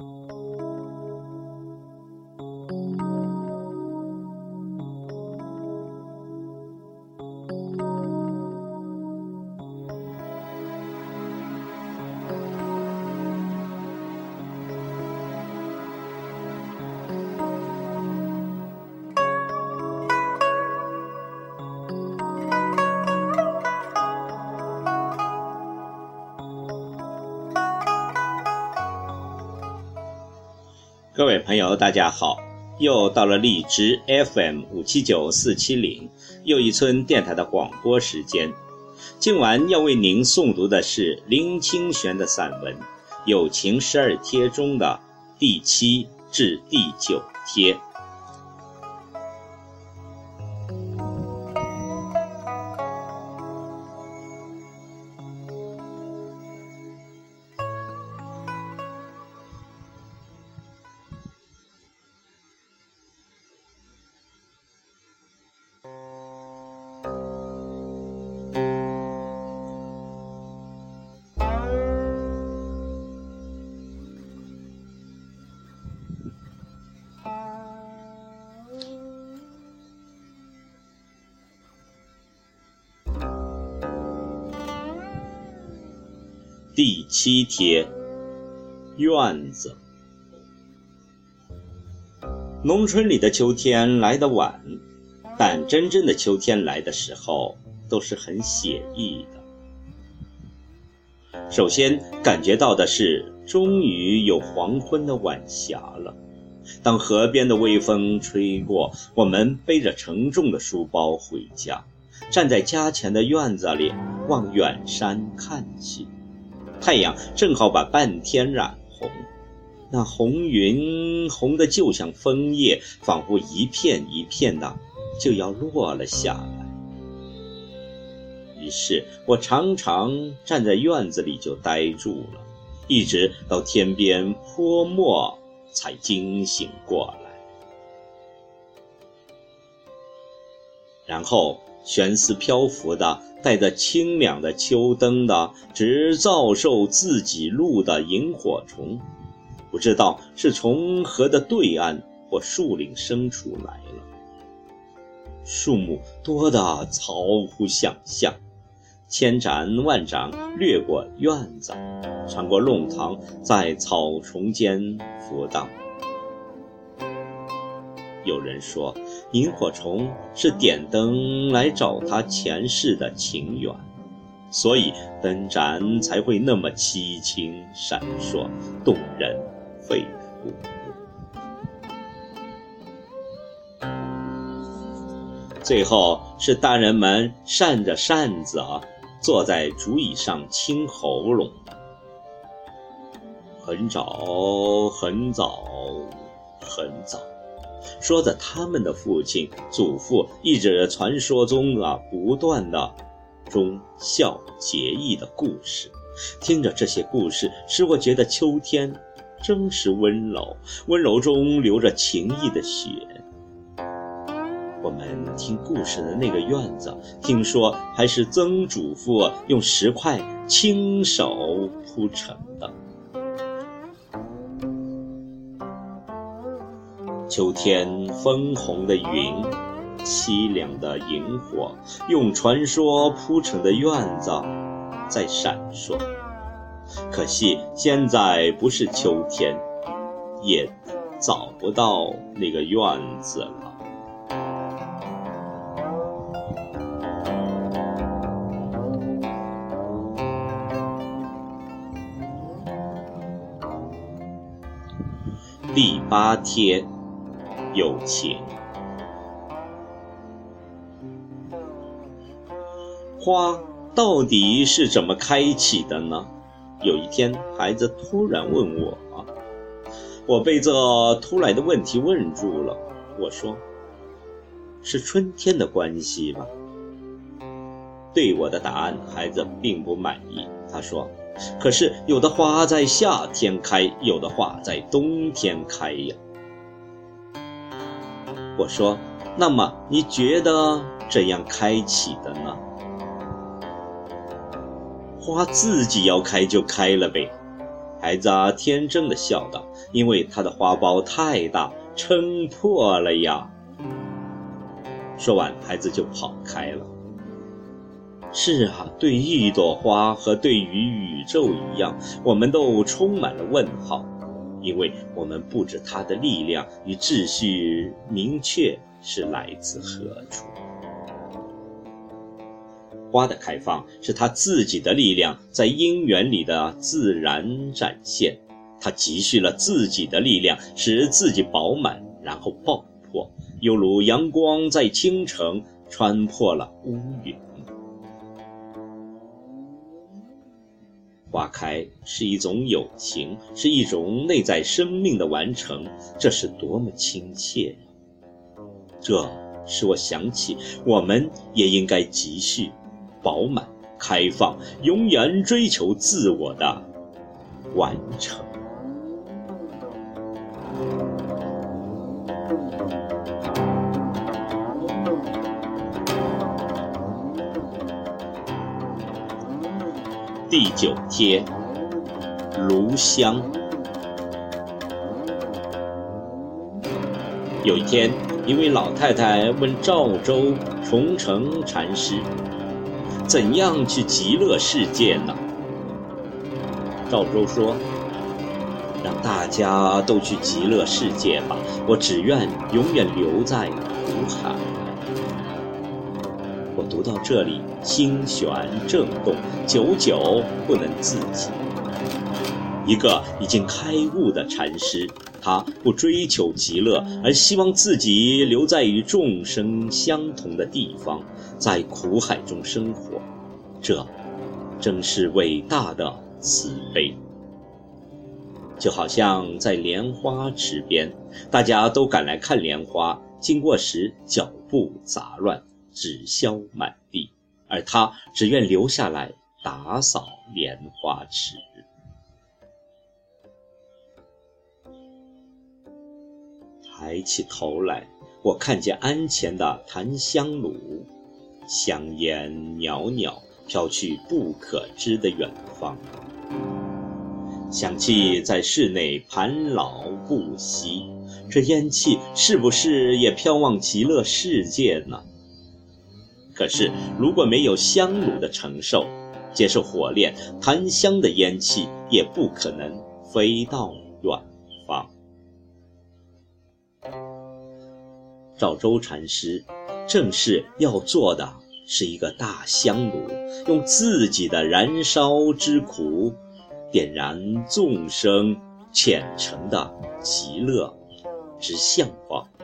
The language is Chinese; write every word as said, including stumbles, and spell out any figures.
各位朋友大家好，又到了荔枝 F M 五七九四七零又一村电台的广播时间。今晚要为您诵读的是林清玄的散文《友情十二帖》中的第七至第九帖。第七帖，院子。农村里的秋天来得晚，但真正的秋天来的时候都是很写意的。首先感觉到的是终于有黄昏的晚霞了。当河边的微风吹过，我们背着沉重的书包回家，站在家前的院子里往远山看去，太阳正好把半天染红，那红云红得就像枫叶，仿佛一片一片的就要落了下来。于是我常常站在院子里就呆住了，一直到天边泼墨才惊醒过来。然后悬丝漂浮的带着清凉的秋灯的直照受自己路的萤火虫，不知道是从河的对岸或树林生出来了。树木多得超乎想象，千盏万盏掠过院子，穿过弄堂，在草丛间浮荡。有人说，萤火虫是点灯来找他前世的情缘，所以灯盏才会那么凄清闪烁，动人肺腑。最后是大人们扇着扇子坐在竹椅上清喉咙。很早很早很早，说着他们的父亲祖父一直传说中的不断的忠孝节义的故事。听着这些故事，使我觉得秋天真是温柔，温柔中流着情意的血。我们听故事的那个院子，听说还是曾祖父用石块亲手铺成的。秋天枫红的云，凄凉的萤火，用传说铺成的院子在闪烁。可惜现在不是秋天，也找不到那个院子了。第八帖，友情。花到底是怎么开启的呢？有一天，孩子突然问我，我被这突来的问题问住了。我说，是春天的关系吧？对我的答案，孩子并不满意。他说，可是有的花在夏天开，有的花在冬天开呀。我说，那么你觉得怎样开启的呢？花自己要开就开了呗， 孩子啊天真地笑道，因为他的花苞太大，撑破了呀。说完，孩子就跑开了。是啊，对一朵花和对于宇宙一样，我们都充满了问号，因为我们不知它的力量与秩序明确是来自何处。花的开放是它自己的力量在因缘里的自然展现，它积蓄了自己的力量，使自己饱满，然后爆破，犹如阳光在清晨穿破了乌云。花开是一种友情，是一种内在生命的完成，这是多么亲切呀！这使我想起，我们也应该积蓄、饱满、开放，永远追求自我的完成。第九贴，炉香。有一天，一位老太太问赵州崇诚禅师，怎样去极乐世界呢？赵州说，让大家都去极乐世界吧，我只愿永远留在苦海。我读到这里，心弦震动，久久不能自己。一个已经开悟的禅师，他不追求极乐，而希望自己留在与众生相同的地方，在苦海中生活，这真是伟大的慈悲。就好像在莲花池边，大家都赶来看莲花，经过时脚步杂乱，纸消满地，而他只愿留下来打扫莲花池。抬起头来，我看见鞍前的檀香炉，香烟袅袅飘去不可知的远方，香气在室内盘绕不息，这烟气是不是也飘往极乐世界呢？可是如果没有香炉的承受，接受火炼，檀香的烟气也不可能飞到远方。赵州禅师正是要做的是一个大香炉，用自己的燃烧之苦，点燃众生虔诚的极乐之向往。